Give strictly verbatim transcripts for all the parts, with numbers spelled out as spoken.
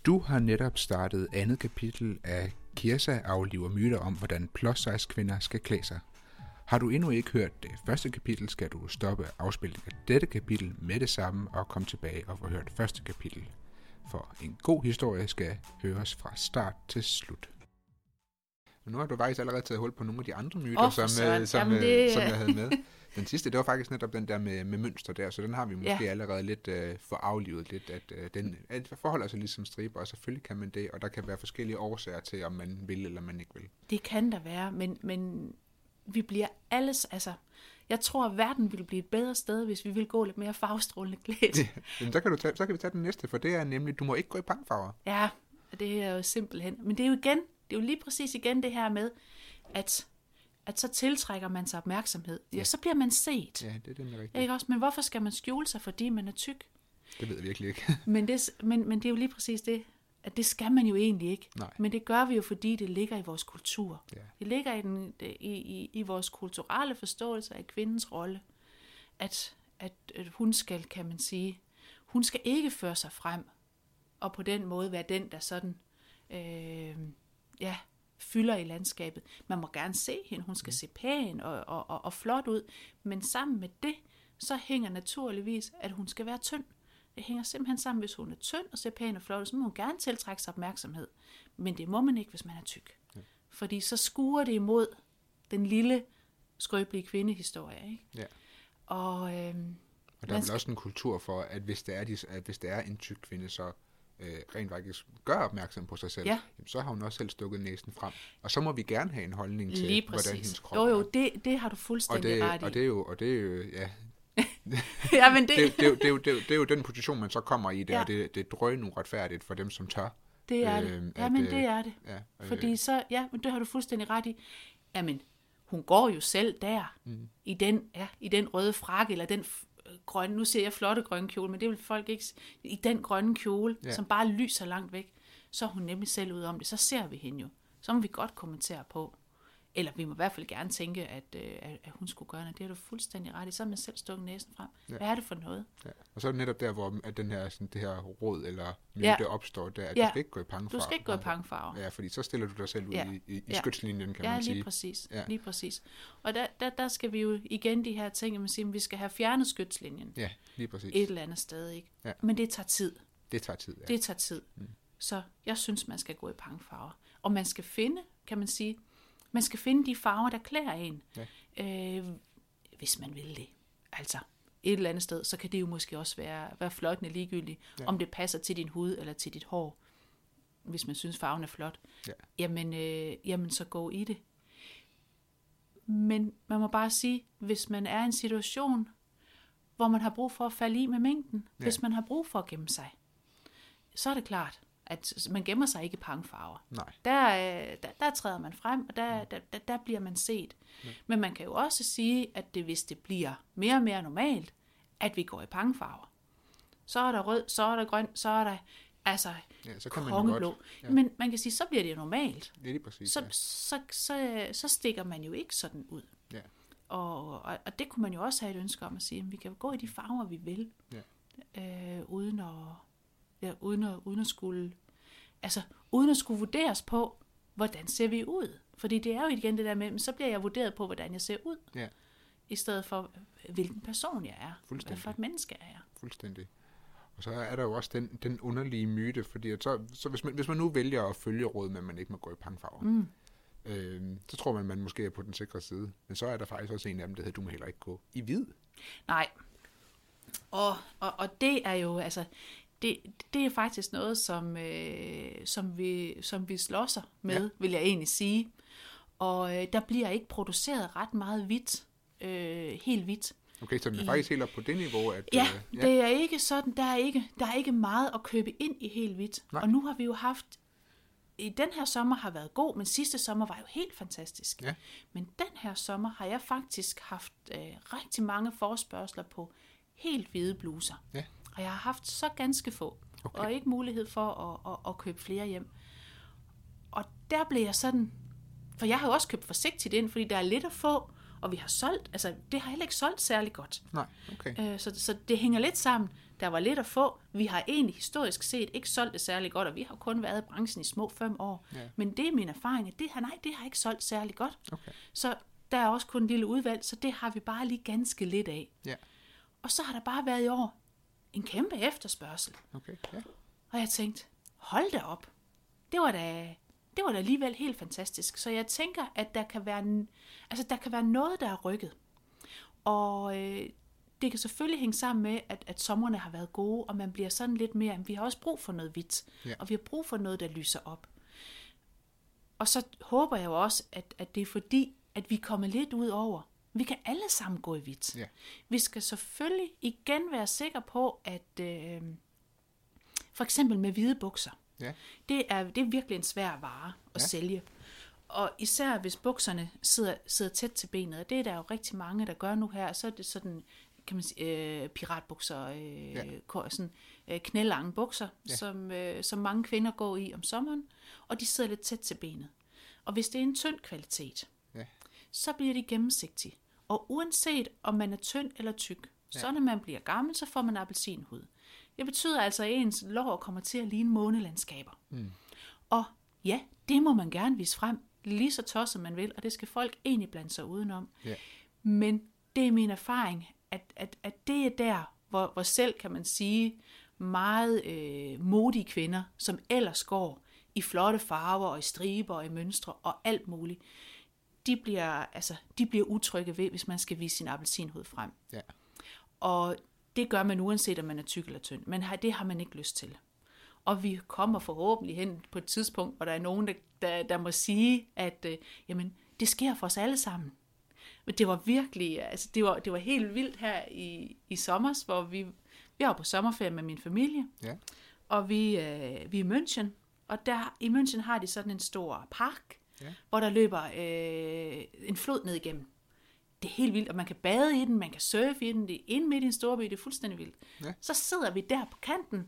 Du har netop startet andet kapitel af Kirsa afliver myter om, hvordan plus-size kvinder skal klæde sig. Har du endnu ikke hørt det første kapitel, skal du stoppe afspilningen af dette kapitel med det samme og komme tilbage og få hørt første kapitel. For en god historie skal høres fra start til slut. Nu har du faktisk allerede taget hul på nogle af de andre myter, oh, som, som, som, det... som jeg havde med. Den sidste, det var faktisk netop den der med, med mønster der, så den har vi måske ja. allerede lidt uh, for aflivet lidt, at uh, den at forholder sig ligesom striber, og selvfølgelig kan man det, og der kan være forskellige årsager til, om man vil eller man ikke vil. Det kan der være, men, men vi bliver alles, altså, jeg tror, at verden ville blive et bedre sted, hvis vi ville gå lidt mere farvestrålende klædt. Ja, men så kan, du tage, så kan vi tage den næste, for det er nemlig, du må ikke gå i pangfarver. Ja, det er jo simpelthen, men det er jo igen, det er jo lige præcis igen det her med, at at så tiltrækker man sig opmærksomhed. Ja, ja, så bliver man set. Ja, det er den rigtige. Ja, ikke også? Men hvorfor skal man skjule sig, fordi man er tyk? Det ved jeg virkelig ikke. men, det, men, men det er jo lige præcis det, at det skal man jo egentlig ikke. Nej. Men det gør vi jo, fordi det ligger i vores kultur. Ja. Det ligger i, den, i, i, i vores kulturelle forståelse af kvindens rolle, at, at, at hun skal, kan man sige, hun skal ikke føre sig frem, og på den måde være den, der sådan, øh, ja, fylder i landskabet. Man må gerne se hende, hun skal mm. se pæn og, og, og, og flot ud, men sammen med det, så hænger naturligvis, at hun skal være tynd. Det hænger simpelthen sammen, hvis hun er tynd og ser pæn og flot ud, så må hun gerne tiltrække sig opmærksomhed. Men det må man ikke, hvis man er tyk. Ja. Fordi så skuer det imod den lille, skrøbelige kvindehistorie. Ikke? Ja. Og, øhm, og der er vel også en kultur for, at hvis det er, de, at hvis det er en tyk kvinde, så Øh, rent faktisk gør opmærksom på sig selv, ja. jamen, så har hun også selv stukket næsen frem. Og så må vi gerne have en holdning til, lige hvordan hendes krop jo, jo, er. det, det har du fuldstændig og det, ret i. Og det er jo, og det er jo, ja. ja, men det... det, det, det, er jo, det, er jo, det er jo den position, man så kommer i der, ja. og det, det er drøjende uretfærdigt for dem, som tør. Det er det. Øh, ja, men det er det. Ja, øh, Fordi så, ja, men det har du fuldstændig ret i. Jamen, hun går jo selv der, mm. i, den, ja, i den røde frakke, eller den grønne, nu ser jeg flotte grønne kjole, men det vil folk ikke, i den grønne kjole, ja. som bare lyser langt væk, så er hun nemlig selv ude om det, så ser vi hende jo. Så må vi godt kommentere på, eller vi må i hvert fald gerne tænke, at, at, at hun skulle gøre det. Det er du fuldstændig ret i, så er man selv stukket næsen frem. Ja. Hvad er det for noget? Ja. Og så er det netop der, hvor at den her, sådan, det her råd eller myte ja. opstår, der, at ja. du skal ikke gå i pangfarver. Du skal ikke gå i pangfarver. Ja, fordi så stiller du dig selv ud ja. i, i, i ja. skytslinjen, kan ja, man sige. Lige præcis. Ja, lige præcis. Og der, der, der skal vi jo igen de her ting, at man siger, at vi skal have fjernet skytslinjen. Ja, lige præcis. Et eller andet sted, ikke? Ja. Men det tager tid. Det tager tid, ja. Det tager tid. Mm. Så jeg synes, man skal gå i pangfarver. Og man skal finde, kan man sige, man skal finde de farver, der klæder en. Ja. Øh, hvis man vil det. Altså, et eller andet sted, så kan det jo måske også være, være fløjtende ligegyldigt, ja. om det passer til din hud eller til dit hår. Hvis man synes, farven er flot. Ja. Jamen, øh, jamen, så gå i det. Men man må bare sige, hvis man er i en situation, hvor man har brug for at falde i med mængden, ja. hvis man har brug for at gemme sig, så er det klart, at man gemmer sig ikke i pangfarver. Nej. Der, der, der træder man frem, og der, der, der, der bliver man set. Ja. Men man kan jo også sige, at det, hvis det bliver mere og mere normalt, at vi går i pangfarver. Så er der rød, så er der grøn, så er der altså ja, så kan kongeblå. Ja. Men man kan sige, så bliver det jo normalt. Det er lige præcis, så, ja. så, så, så stikker man jo ikke sådan ud. Ja. Og, og, og det kunne man jo også have et ønske om at sige, at vi kan gå i de farver, vi vil, ja. øh, uden at... Ja, uden at, uden at skulle, altså uden at skulle vurderes på, hvordan ser vi ud. Fordi det er jo igen det der med, så bliver jeg vurderet på, hvordan jeg ser ud. Ja. I stedet for, hvilken person jeg er. Hvad for et menneske er jeg. Fuldstændig. Og så er der jo også den, den underlige myte, fordi at så, så hvis, man, hvis man nu vælger at følge råd med, at man ikke må gå i pangfarver, mm. øh, så tror man, at man måske er på den sikre side. Men så er der faktisk også en af dem, der hedder, du må heller ikke gå i hvid. Nej. Og, og, og det er jo, altså... Det, det er faktisk noget, som, øh, som, vi, som vi slåsser med, ja. vil jeg egentlig sige. Og øh, der bliver ikke produceret ret meget hvidt, øh, helt hvidt. Okay, så den er I, faktisk helt op på det niveau? At, ja, øh, ja, det er ikke sådan, der er ikke, der er ikke meget at købe ind i helt hvidt. Nej. Og nu har vi jo haft, i den her sommer har været god, men sidste sommer var jo helt fantastisk. Ja. Men den her sommer har jeg faktisk haft øh, rigtig mange forespørgsler på helt hvide bluser. Ja. Og jeg har haft så ganske få, okay. og ikke mulighed for at, at, at købe flere hjem. Og der blev jeg sådan, for jeg har jo også købt forsigtigt ind, fordi der er lidt at få, og vi har solgt, altså det har heller ikke solgt særlig godt. Nej, okay. Øh, så, så det hænger lidt sammen. Der var lidt at få. Vi har egentlig historisk set ikke solgt det særlig godt, og vi har kun været i branchen i små fem år. Ja. Men det er min erfaring, det her, nej, det har ikke solgt særlig godt. Okay. Så der er også kun en lille udvalg, så det har vi bare lige ganske lidt af. Ja. Og så har der bare været i år en kæmpe efterspørgsel. Okay, ja. Og jeg tænkte, hold da op. Det var da, det var da alligevel helt fantastisk. Så jeg tænker, at der kan være, altså der kan være noget, der er rykket. Og øh, det kan selvfølgelig hænge sammen med, at, at sommerne har været gode, og man bliver sådan lidt mere, vi har også brug for noget hvidt, ja. og vi har brug for noget, der lyser op. Og så håber jeg jo også, at, at det er fordi, at vi kommer lidt ud over. Vi kan alle sammen gå i hvidt. Ja. Vi skal selvfølgelig igen være sikre på, at øh, for eksempel med hvide bukser, ja. det, er, det er virkelig en svær vare at ja. sælge. Og især hvis bukserne sidder, sidder tæt til benet, og det er der jo rigtig mange, der gør nu her, så er det sådan, kan man sige, øh, piratbukser, øh, ja. sådan, øh, knælange bukser, ja. som, øh, som mange kvinder går i om sommeren, og de sidder lidt tæt til benet. Og hvis det er en tynd kvalitet, ja. så bliver de gennemsigtige. Og uanset om man er tynd eller tyk, ja. så når man bliver gammel, så får man appelsinhud. Det betyder altså, at ens lår kommer til at ligne månelandskaber. Mm. Og ja, det må man gerne vise frem, lige så tosset man vil, og det skal folk egentlig blande sig udenom. Yeah. Men det er min erfaring, at, at, at det er der, hvor, hvor selv, kan man sige, meget øh, modige kvinder, som ellers går i flotte farver og i striber og i mønstre og alt muligt, de bliver, altså, de bliver utrygge ved, hvis man skal vise sin appelsinhud frem. Yeah. Og det gør man uanset, om man er tyk eller tynd, men det har man ikke lyst til. Og vi kommer forhåbentlig hen på et tidspunkt, hvor der er nogen, der, der, der må sige, at øh, jamen, det sker for os alle sammen. Men det var virkelig, altså det var, det var helt vildt her i, i sommers, hvor vi, vi var på sommerferie med min familie, ja. og vi, øh, vi er i München, og der i München har de sådan en stor park, ja. hvor der løber øh, en flod ned igennem. Det er helt vildt, og man kan bade i den, man kan surfe i den, det er inde midt i en storby, det er fuldstændig vildt. Ja. Så sidder vi der på kanten,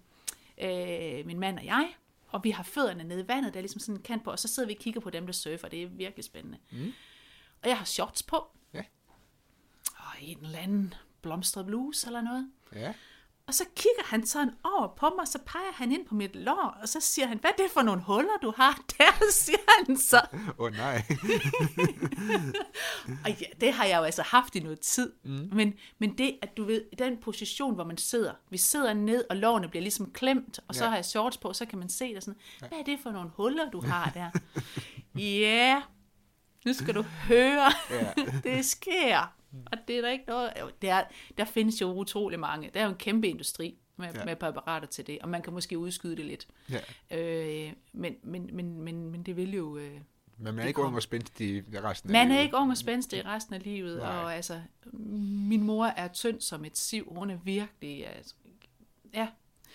Øh, min mand og jeg, og vi har fødderne nede i vandet, der er ligesom sådan en kant på, og så sidder vi og kigger på dem, der surfer, det er virkelig spændende. Mm. Og jeg har shorts på, ja. og en eller anden blomstret bluse eller noget. Ja. Og så kigger han sådan over på mig, og så peger han ind på mit lår, og så siger han, hvad er det for nogle huller, du har der, siger han så. Åh oh, nej. Og ja, det har jeg jo altså haft i noget tid. Mm. Men, men det, at du ved, i den position, hvor man sidder, vi sidder ned, og lårene bliver ligesom klemt, og så ja. har jeg shorts på, så kan man se det sådan, hvad er det for nogle huller, du har der? Ja, yeah. Nu skal du høre, ja. Det sker. Og det er der ikke noget, det er, der findes jo utrolig mange, der er jo en kæmpe industri med, ja. med præparater til det, og man kan måske udskyde det lidt. Ja. Øh, men, men, men, men, men det vil jo... Øh, men man er ikke ung og spændstig i resten af man livet. Man er ikke ung og spændstig i resten af livet, Nej. og altså, min mor er tynd som et siv, hun er virkelig, altså, ja,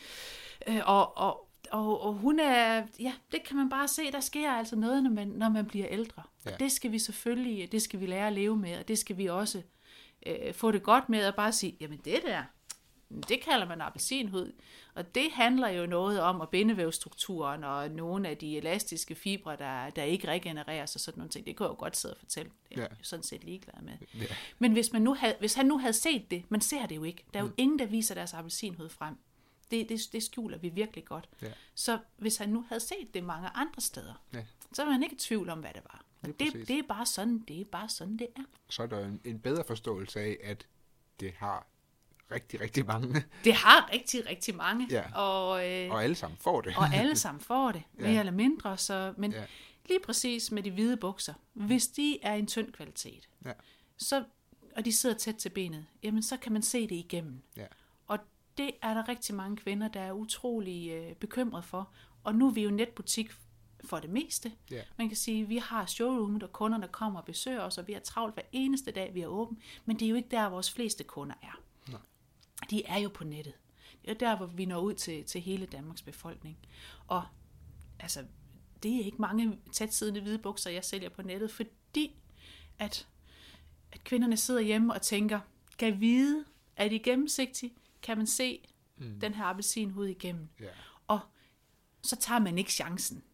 øh, og, og Og, og hun er, ja, det kan man bare se, der sker altså noget, når man, når man bliver ældre. Ja. Og det skal vi selvfølgelig, det skal vi lære at leve med, og det skal vi også øh, få det godt med, og bare sige, jamen det der, det kalder man appelsinhud. Og det handler jo noget om at bindevævsstrukturen, og nogle af de elastiske fibre, der, der ikke regenereres, og sådan nogle ting. Det kan jeg jo godt sidde og fortælle. Det er jeg ja. sådan set ligeglad med. Ja. Men hvis, man nu havde, hvis han nu havde set det, man ser det jo ikke. Der er jo mm. ingen, der viser deres appelsinhud frem. Det, det, det skjuler vi virkelig godt. Ja. Så hvis han nu havde set det mange andre steder, ja. så var han ikke i tvivl om, hvad det var. Det, det, det er bare sådan, det er bare sådan, det er. Så er der en, en bedre forståelse af, at det har rigtig, rigtig mange. Det har rigtig, rigtig mange. Ja. Og, øh, og alle sammen får det. og alle sammen får det, mere ja. eller mindre. Så, men ja. lige præcis med de hvide bukser, hvis de er en tynd kvalitet, ja. så, og de sidder tæt til benet, jamen så kan man se det igennem. Ja. Og det er der rigtig mange kvinder, der er utrolig øh, bekymret for. Og nu er vi jo netbutik for det meste. Yeah. Man kan sige, at vi har showroomet, og kunderne kommer og besøger os, og vi har travlt hver eneste dag, vi er åbent. Men det er jo ikke der, vores fleste kunder er. Nej. De er jo på nettet. Det er der, hvor vi når ud til, til hele Danmarks befolkning. Og altså, det er ikke mange tætsiddende hvide bukser, jeg sælger på nettet, fordi at, at kvinderne sidder hjemme og tænker, kan vide, er de gennemsigtige? Kan man se mm. den her appelsinhud igennem. Yeah. Og så tager man ikke chancen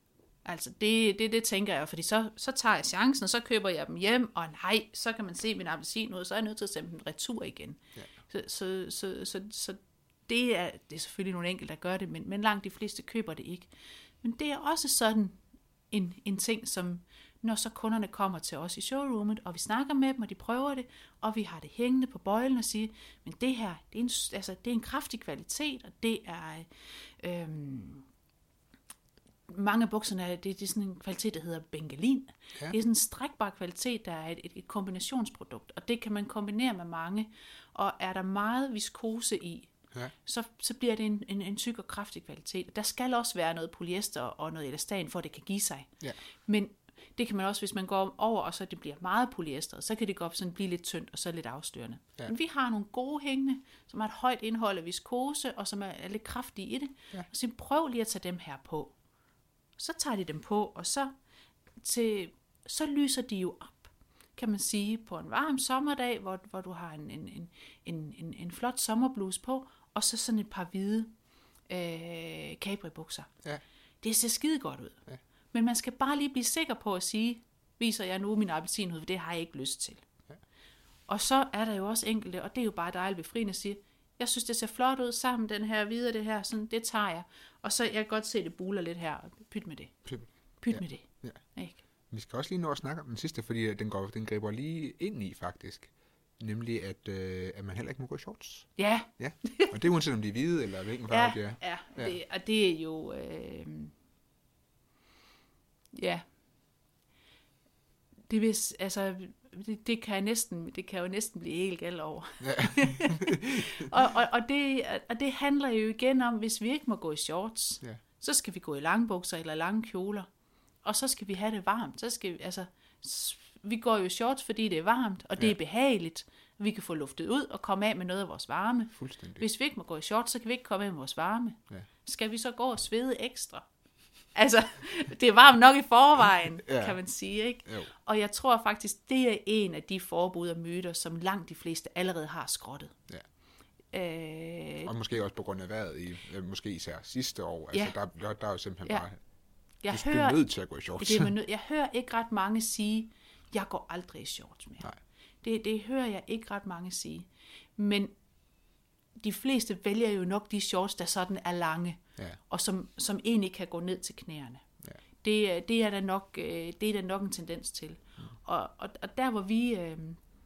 Altså, det, det, det tænker jeg, fordi så, så tager jeg chancen, og så køber jeg dem hjem, og nej, så kan man se min appelsin ud, så er jeg nødt til at sende dem retur igen. Ja. Så, så, så, så, så det, er, det er selvfølgelig nogle enkelte, der gør det, men, men langt de fleste køber det ikke. Men det er også sådan en, en ting, som når så kunderne kommer til os i showroomet, og vi snakker med dem, og de prøver det, og vi har det hængende på bøjlen og siger, men det her, det er en, altså, det er en kraftig kvalitet, og det er... Øhm, mange af bukserne, det, det er sådan en kvalitet, der hedder bengalin. Ja. Det er sådan en strækbar kvalitet, der er et, et, et kombinationsprodukt, og det kan man kombinere med mange. Og er der meget viskose i, ja. så, så bliver det en, en, en tyk og kraftig kvalitet. Der skal også være noget polyester og noget elastan, for at det kan give sig. Ja. Men det kan man også, hvis man går over, og så det bliver meget polyester, så kan det godt sådan blive lidt tyndt og så lidt afstørende. Ja. Men vi har nogle gode hængende, som har et højt indhold af viskose, og som er, er lidt kraftige i det. Ja. Og så prøv lige at tage dem her på. Så tager de dem på, og så, til, så lyser de jo op, kan man sige, på en varm sommerdag, hvor, hvor du har en, en, en, en, en, en flot sommerbluse på, og så sådan et par hvide øh, Capri-bukser. Ja. Det ser skide godt ud. Ja. Men man skal bare lige blive sikker på at sige, viser jeg nu min appelsinhud, for det har jeg ikke lyst til. Ja. Og så er der jo også enkelte, og det er jo bare dejligt befriende at sige, jeg synes, det ser flot ud sammen, den her hvide, det her, sådan, det tager jeg. Og så jeg kan godt se, det buler lidt her. Pyt med det. Pyt, Pyt ja. med det. Ja. Ikke? Vi skal også lige nå at snakke om den sidste, fordi den, går, den griber lige ind i, faktisk. Nemlig, at, øh, at man heller ikke må gå i shorts. Ja. Ja. Og det er uanset om de er hvide, eller hvilken farve ja, de er. Ja, ja. Det, og det er jo... Øh, ja. Det vil, altså... Det, det, kan næsten, det kan jo næsten blive helt galt over. Ja. og, og, og, det, og det handler jo igen om, hvis vi ikke må gå i shorts, ja. så skal vi gå i langbukser eller lange kjoler, og så skal vi have det varmt. Så skal vi, altså, vi går jo i shorts, fordi det er varmt, og det ja. er behageligt. Vi kan få luftet ud og komme af med noget af vores varme. Hvis vi ikke må gå i shorts, så kan vi ikke komme af med vores varme. Ja. Skal vi så gå og svede ekstra? Altså, det er varmt nok i forvejen, ja. kan man sige, ikke? Jo. Og jeg tror faktisk, det er en af de forbud og myter, som langt de fleste allerede har skrottet. Ja. Øh, og måske også på grund af vejret, i, måske især sidste år. Altså, ja. der, der, der er jo simpelthen ja. bare... Jeg du hører, er nødt til at gå i shorts. Det er nød, jeg hører ikke ret mange sige, jeg går aldrig i shorts mere. Nej. Det, det hører jeg ikke ret mange sige. Men de fleste vælger jo nok de shorts, der sådan er lange. Ja. Og som, som egentlig kan gå ned til knæerne. Ja. Det, det, er der nok, det er der nok en tendens til. Mm. Og, og, og der hvor vi, øh,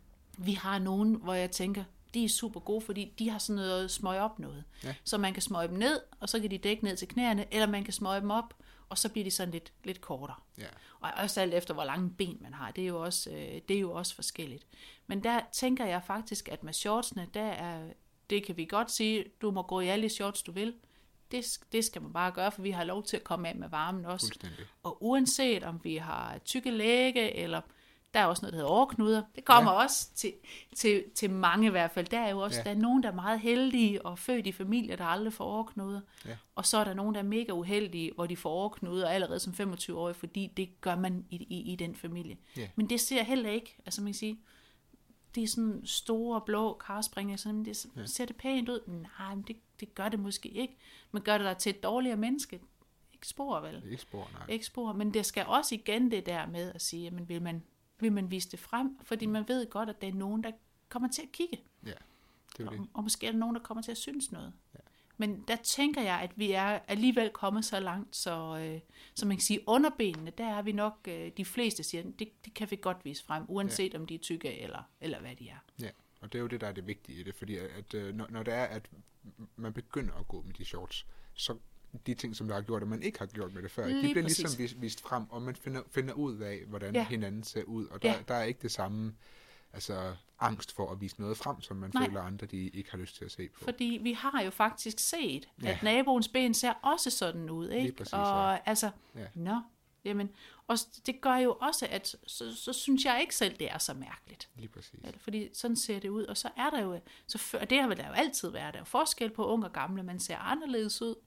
vi har nogen, hvor jeg tænker, de er super gode, fordi de har sådan noget smøg op noget. Ja. Så man kan smøge dem ned, og så kan de dække ned til knæerne, eller man kan smøge dem op, og så bliver de sådan lidt, lidt kortere. Ja. Og også alt efter, hvor lange ben man har. Det er jo også, øh, det er jo også forskelligt. Men der tænker jeg faktisk, at med shortsene, der er, det kan vi godt sige, du må gå i alle shorts, du vil. Det, det skal man bare gøre, for vi har lov til at komme af med varmen også. Og uanset om vi har tykke læge, eller der er også noget, der hedder åreknuder. Det kommer ja. også til, til, til mange i hvert fald. Der er jo også ja. der er nogen, der er meget heldige og født i familier, der aldrig får åreknuder. Ja. Og så er der nogen, der er mega uheldige, hvor de får åreknuder allerede som femogtyve-årige, fordi det gør man i, i, i den familie. Ja. Men det ser heller ikke, altså man kan sige, det er sådan store blå karspringer, sådan, det, ja. ser det pænt ud? Nej, men det, det gør det måske ikke. Men gør det dig til et dårligere menneske? Ikke spor, vel? Ikke spor, nej. Ikke spor, men det skal også igen det der med at sige, men vil man, vil man vise det frem? Fordi man ved godt, at der er nogen, der kommer til at kigge. Ja, det er det. Og, og måske er der nogen, der kommer til at synes noget. Ja. Men der tænker jeg, at vi er alligevel kommet så langt, så, øh, så man kan sige, underbenene, der er vi nok, øh, de fleste siger, det, det kan vi godt vise frem, uanset ja. om de er tykke eller, eller hvad de er. Ja, og det er jo det, der er det vigtige i det, fordi at, at når, når det er, at man begynder at gå med de shorts, så de ting, som der har gjort, at man ikke har gjort med det før, Lige de bliver præcis. ligesom vist, vist frem, og man finder, finder ud af, hvordan ja. hinanden ser ud, og der, ja. der er ikke det samme... Altså angst for at vise noget frem, som man Nej. føler andre, de ikke har lyst til at se på. Fordi vi har jo faktisk set, ja. at naboens ben ser også sådan ud, ikke? Præcis, og ja. altså, ja. nå, jamen, og det gør jo også, at så, så synes jeg ikke selv, det er så mærkeligt. Lige præcis. Ja, fordi sådan ser det ud, og så er der jo, så, det har vel der jo altid været, der er jo forskel på unge og gamle, man ser anderledes ud,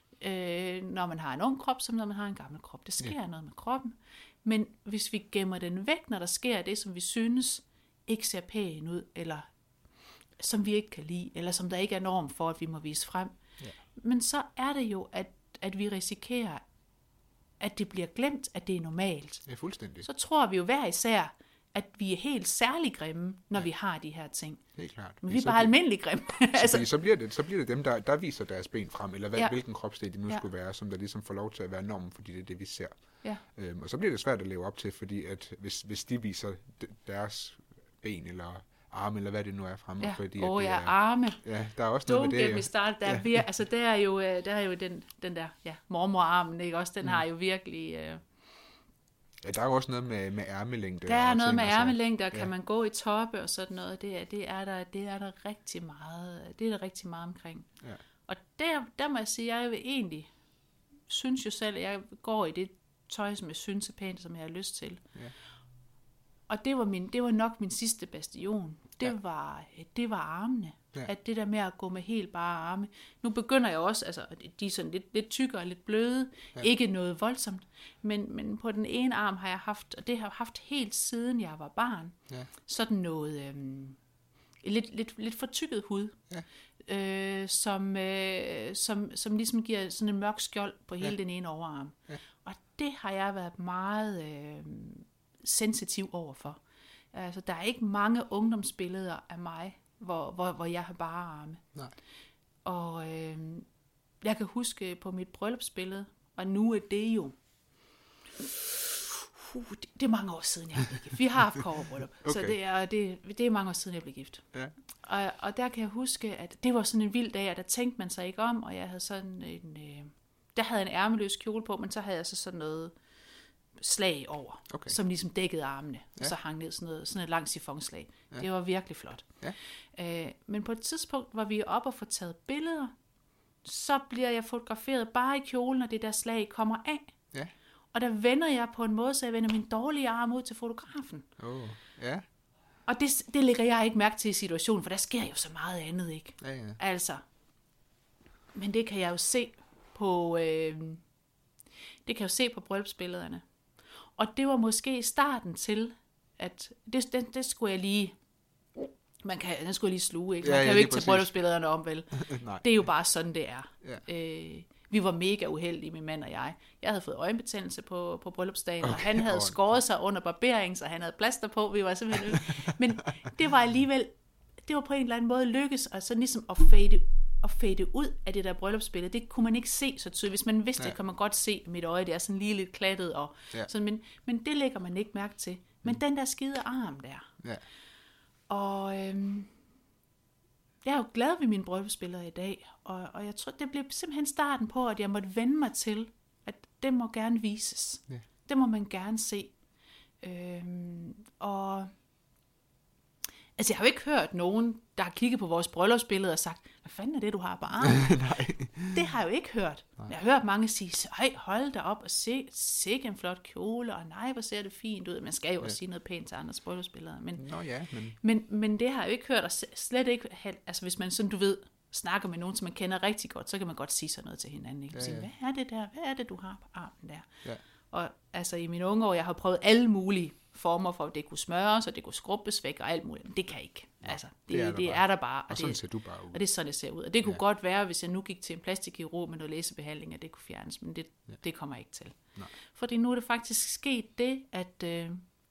øh, når man har en ung krop, som når man har en gammel krop. Det sker ja. noget med kroppen, men hvis vi gemmer den væk, når der sker det, som vi synes, ikke ser pæn ud, eller som vi ikke kan lide, eller som der ikke er norm for, at vi må vise frem. Ja. Men så er det jo, at, at vi risikerer, at det bliver glemt, at det er normalt. Ja, fuldstændig. Så tror vi jo hver især, at vi er helt særlig grimme, når ja. vi har de her ting. Helt klart. Men vi er bare almindelig grimme. altså, så, så, bliver det, så bliver det dem, der, der viser deres ben frem, eller hvad, ja. hvilken kropsdel de nu ja. skulle være, som der ligesom får lov til at være normen, fordi det er det, vi ser. Ja. Øhm, og så bliver det svært at leve op til, fordi at hvis, hvis de viser deres ben, eller arme, eller hvad det nu er fremme. Ja, fordi, åh at ja, er, arme. Ja, der er også noget Don't med det. Get Me Started. Der, ja. er, vir- altså, der er jo, der er jo den, den der ja, mormorarmen, ikke også? Den mm. har jo virkelig... Øh... Ja, der er jo også noget med, med ærmelængde. Der er noget med ærmelængde, og ja. kan man gå i toppe og sådan noget. Det er, det er, der, det er der rigtig meget, det er der rigtig meget omkring. Ja. Og der, der må jeg sige, jeg vil egentlig synes jo selv, at jeg går i det tøj, som jeg synes er pænt, som jeg har lyst til. Ja. Og det var, min, det var nok min sidste bastion. Det, ja. var, det var armene. Ja. At det der med at gå med helt bare arme. Nu begynder jeg også, altså de er sådan lidt, lidt tykkere og lidt bløde. Ja. Ikke noget voldsomt. Men, men på den ene arm har jeg haft, og det har jeg haft helt siden jeg var barn, ja. sådan noget øhm, lidt, lidt, lidt fortykket hud. Ja. Øh, som, øh, som, som ligesom giver sådan en mørk skjold på hele ja. den ene overarm. Ja. Og det har jeg været meget øh, sensitiv overfor. Altså, der er ikke mange ungdomsbilleder af mig, hvor, hvor, hvor jeg har bare arme. Nej. Og øh, jeg kan huske på mit bryllupsbillede, og nu er det jo... Uh, det, det er mange år siden, jeg blev gift. Vi har haft kobberbryllup, okay. Så det er, det, det er mange år siden, jeg blev gift. Ja. Og, og der kan jeg huske, at det var sådan en vild dag, og der tænkte man sig ikke om, og jeg havde sådan en... Øh, der havde jeg en ærmeløs kjole på, men så havde jeg så sådan noget slag over, okay. som ligesom dækkede armene, ja. Og så hang ned sådan noget, sådan et langt sifonslag. Ja. Det var virkelig flot. Ja. Øh, men på et tidspunkt var vi oppe og få taget billeder, så bliver jeg fotograferet bare i kjolen, og det der slag kommer af. Ja. Og der vender jeg på en måde, så jeg vender min dårlige arm ud til fotografen. Oh. Ja. Og det, det lægger jeg ikke mærke til i situationen, for der sker jo så meget andet, ikke? Ja, ja. Altså. Men det kan jeg jo se på, øh, det kan jeg jo se på bryllupsbillederne. Og det var måske starten til, at det, det, det skulle jeg lige, man kan, den skulle jeg lige sluge, ikke? Man ja, kan ja, jo ikke tage bryllupsbillederne om, vel? Det er jo bare sådan, det er. Ja. Øh, vi var mega uheldige, min mand og jeg. Jeg havde fået øjenbetændelse på, på bryllupsdagen, okay. Og han havde skåret sig under barbering, så han havde plaster på. Vi var simpelthen... Men det var alligevel, det var på en eller anden måde lykkes, og så ligesom at fade, at fade ud af det der bryllupsbillede. Det kunne man ikke se så tydeligt. Hvis man vidste ja. Det, kan man godt se, at mit øje det er sådan lige lidt klattet. Og ja. Sådan, men, men det lægger man ikke mærke til. Men mm. den der skide arm der. Ja. Og øhm, jeg er jo glad ved mine bryllupsbilleder i dag. Og, og jeg tror, det blev simpelthen starten på, at jeg måtte vende mig til, at det må gerne vises. Ja. Det må man gerne se. Øhm, og... Altså, jeg har jo ikke hørt nogen, der har kigget på vores bryllupsbilleder og sagt, hvad fanden er det, du har på armen? Nej. Det har jeg jo ikke hørt. Nej. Jeg har hørt mange sige, ej, hold da op og se, sikke en flot kjole, og nej, hvor ser det fint ud. Man skal jo ja. Også sige noget pænt til andres bryllupsbilleder. Men, Nå ja, men... Men, men det har jeg jo ikke hørt, og slet ikke, altså hvis man sådan, du ved, snakker med nogen, som man kender rigtig godt, så kan man godt sige sådan noget til hinanden. Ikke? Ja, ja. Sige, hvad er det der? Hvad er det, du har på armen der? Ja. Og altså i mine unge år, jeg har prøvet alle mulige former for, at det kunne smøres, og det kunne skrubbes væk, og alt muligt. Men det kan ikke. Altså, det, det, er, der det er der bare. Og, og sådan det, ser du bare ud. Og det er sådan, det ser ud. Og det kunne ja. Godt være, hvis jeg nu gik til en plastikkirurg med noget læsebehandling, at det kunne fjernes, men det, ja. Det kommer jeg ikke til. Nej. Fordi nu er det faktisk sket det, at øh,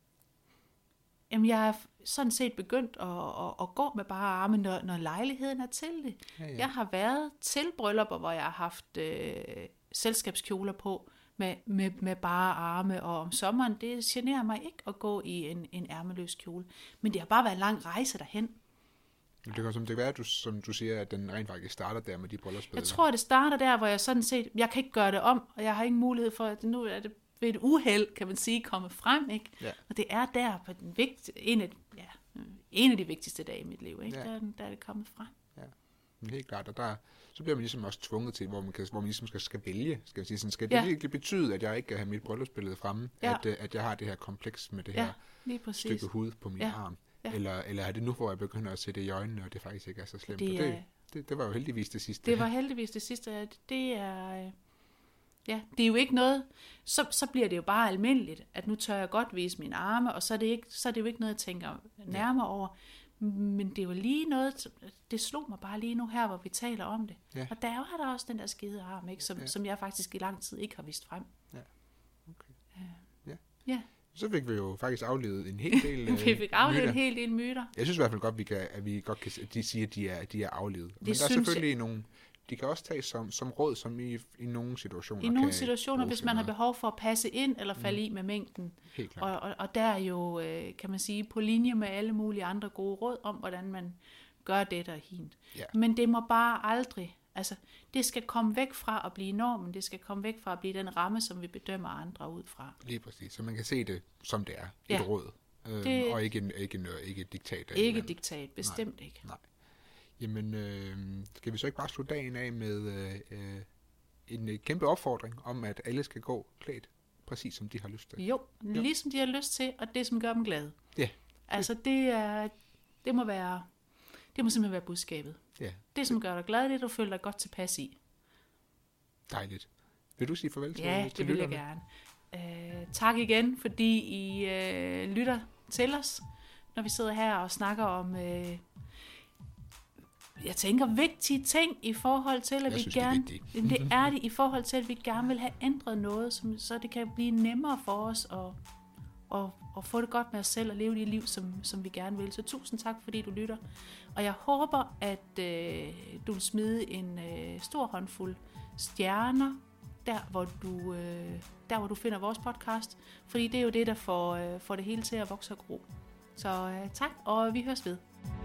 jamen, jeg er sådan set begyndt at, at, at gå med bare arme, når, når lejligheden er til det. Ja, ja. Jeg har været til bryllupper, hvor jeg har haft øh, selskabskjoler på, Med, med, med bare arme, og om sommeren, det generer mig ikke at gå i en, en ærmeløs kjole. Men det har bare været en lang rejse derhen. Det kan som det være, du, som du siger, at den rent faktisk starter der med de bryllupsbilleder. Jeg tror, det starter der, hvor jeg sådan set, jeg kan ikke gøre det om, og jeg har ingen mulighed for, at nu er det ved et uheld, kan man sige, komme frem, ikke? Ja. Og det er der på den vigtige, en, af, ja, en af de vigtigste dage i mit liv, ikke? Ja. Der, der er det kommet frem. Ja, men helt klart, og der så bliver man ligesom også tvunget til, hvor man, kan, hvor man ligesom skal, skal vælge. Skal, jeg sige. Sådan, skal det ja. Virkelig betyde, at jeg ikke kan have mit bryllupsbillede fremme? Ja. At, at jeg har det her kompleks med det ja, her stykke hud på min ja. Arm? Ja. Eller, eller er det nu, hvor jeg begynder at se det i øjnene, og det faktisk ikke er så slemt? Det, det, det, det var jo heldigvis det sidste. Det var heldigvis det sidste. Det er... Ja, det er jo ikke noget... Så, så bliver det jo bare almindeligt, at nu tør jeg godt vise mine arme, og så er det, ikke, så er det jo ikke noget, jeg tænker nærmere ja. Over. Men det var lige noget, det slog mig bare lige nu her, hvor vi taler om det. Ja. Og der var der også den der skide arm, ikke, som, ja. Som jeg faktisk i lang tid ikke har vist frem. Ja. Okay. Øh, Ja. ja. Så fik vi jo faktisk aflevet en hel del øh, Vi fik aflevet myter. en hel del myter. Jeg synes i hvert fald godt, vi kan, at vi godt kan, at de siger, at de er, de er aflevet. Men der er synes selvfølgelig jeg... nogle, de kan også tages som, som råd, som i, i nogle situationer. I nogle kan situationer, hvis man har noget. behov for at passe ind eller falde mm. i med mængden. Helt klart. Og, og, og der er jo, øh, kan man sige, på linje med alle mulige andre gode råd om, hvordan man gør det og hint. Ja. Men det må bare aldrig, altså det skal komme væk fra at blive normen, det skal komme væk fra at blive den ramme, som vi bedømmer andre ud fra. Lige præcis, så man kan se det, som det er, ja. et råd, øhm, det... og ikke, en, ikke, en, ikke et diktat. Ikke et diktat, bestemt Nej. ikke. Nej. Jamen, øh, skal vi så ikke bare slutte dagen af med øh, en kæmpe opfordring om, at alle skal gå klædt, præcis som de har lyst til? Jo, jo. Ligesom de har lyst til, og det som gør dem glade. Ja. Altså det, er, det må være, det må simpelthen være budskabet. Ja. Det som gør dig glad, det du føler dig godt tilpas i. Dejligt. Vil du sige farvel til, ja, til det vil lytterne? jeg gerne. Øh, tak igen, fordi I øh, lytter til os, når vi sidder her og snakker om, øh, jeg tænker, vigtige ting i forhold til, at jeg vi synes, gerne, det er, det er det i forhold til, at vi gerne vil have ændret noget, som, så det kan blive nemmere for os at, at, at få det godt med os selv og leve det liv, som, som vi gerne vil. Så tusind tak, fordi du lytter. Og jeg håber, at øh, du vil smide en øh, stor håndfuld stjerner, der hvor, du, øh, der hvor du finder vores podcast, fordi det er jo det, der får, øh, får det hele til at vokse og gro. Så øh, tak, og vi høres ved.